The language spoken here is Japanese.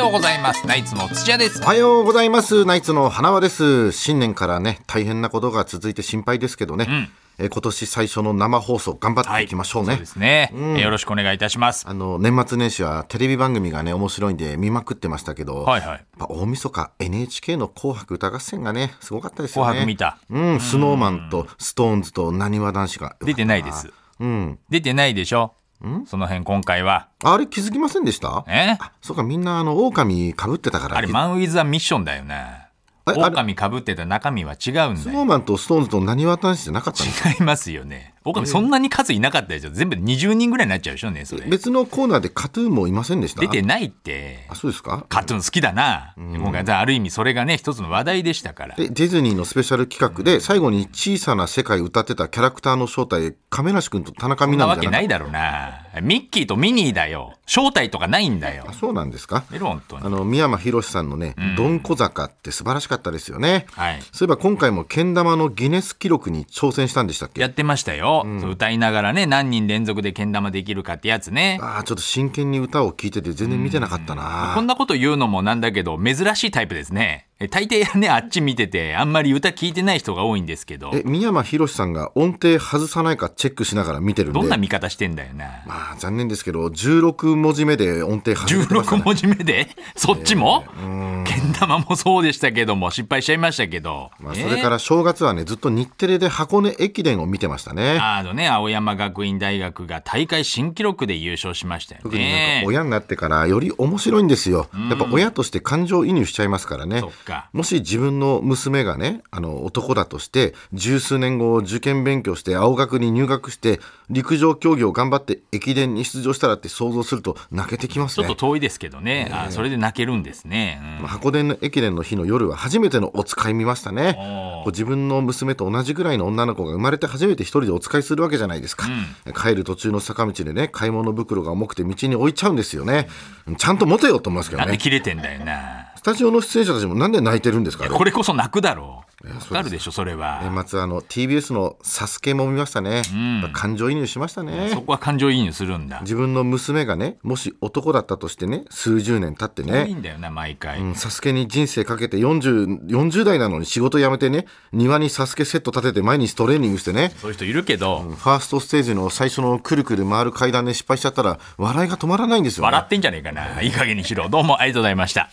ようございます。ナイツの土屋です。 おはようございます。ナイツの花輪です。新年からね、大変なことが続いて心配ですけどね、今年最初の生放送頑張っていきましょうね。 そうですね、よろしくお願いいたします。 年末年始はテレビ番組がね面白いんで見まくってましたけど、やっぱ大晦日 NHK の紅白歌合戦がねすごかったですよね。 紅白見た。 スノーマンとストーンズとなにわ男子が出てないです。出てないでしょ。その辺今回はあれ気づきませんでした？そうか、みんな狼被ってたから。 あれマン・ウィズ・ザ・ミッションだよね。狼被ってた中身は違うんだよ。 スノーマンとストーンズとなにわ男子じゃなかったんですか？ 違いますよね。狼そんなに数いなかったでしょ。全部で20人ぐらいになっちゃうでしょね。それ別のコーナーでカトゥーンもいませんでした？ 出てないって。 そうですか？ カトゥーン好きだな。今回ある意味それがね一つの話題でしたから。 ディズニーのスペシャル企画で最後に小さな世界歌ってたキャラクターの正体、亀梨君と田中みな実じゃなかった？ そんなわけないだろうな。ミッキーとミニーだよ。正体とかないんだよ。 そうなんですか？ 本当に三山ひろしさんのね、どんこ坂って素晴らしかったですよね。そういえば今回もけん玉のギネス記録に挑戦したんでしたっけ？ やってましたよ。歌いながらね、何人連続でけん玉できるかってやつね。 ちょっと真剣に歌を聴いてて全然見てなかったな。 こんなこと言うのもなんだけど珍しいタイプですね。大抵ねあっち見ててあんまり歌聞いてない人が多いんですけど、 三山ひろしさんが音程外さないかチェックしながら見てるんで。 どんな見方してんだよな。 残念ですけど16文字目で音程外れてましたね。 16文字目でそっちも、けん玉もそうでしたけども失敗しちゃいましたけど、 それから正月はねずっと日テレで箱根駅伝を見てましたね。 青山学院大学が大会新記録で優勝しましたよね。 特になんか親になってからより面白いんですよ。やっぱ親として感情移入しちゃいますからね。もし自分の娘がね男だとして十数年後受験勉強して青学に入学して陸上競技を頑張って駅伝に出場したらって想像すると泣けてきますね。 ちょっと遠いですけどね。それで泣けるんですね。 箱根の駅伝の日の夜は初めてのお使い見ましたね。自分の娘と同じぐらいの女の子が生まれて初めて一人でお使いするわけじゃないですか。帰る途中の坂道でね買い物袋が重くて道に置いちゃうんですよね。ちゃんと持てよと思いますけどね。 なんで切れてんだよな。 スタジオの出演者たちもなんで泣いてるんですか？ これこそ泣くだろう。わかるでしょそれは。 年末TBS のサスケも見ましたね。感情移入しましたね。 そこは感情移入するんだ。 自分の娘がねもし男だったとしてね数十年経ってねいいんだよな毎回、 サスケに人生かけて40代なのに仕事辞めてね庭にサスケセット立てて毎日トレーニングしてね。 そういう人いるけど、 ファーストステージの最初のくるくる回る階段で失敗しちゃったら笑いが止まらないんですよね。 笑ってんじゃねえかな。いい加減にしろ。どうもありがとうございました。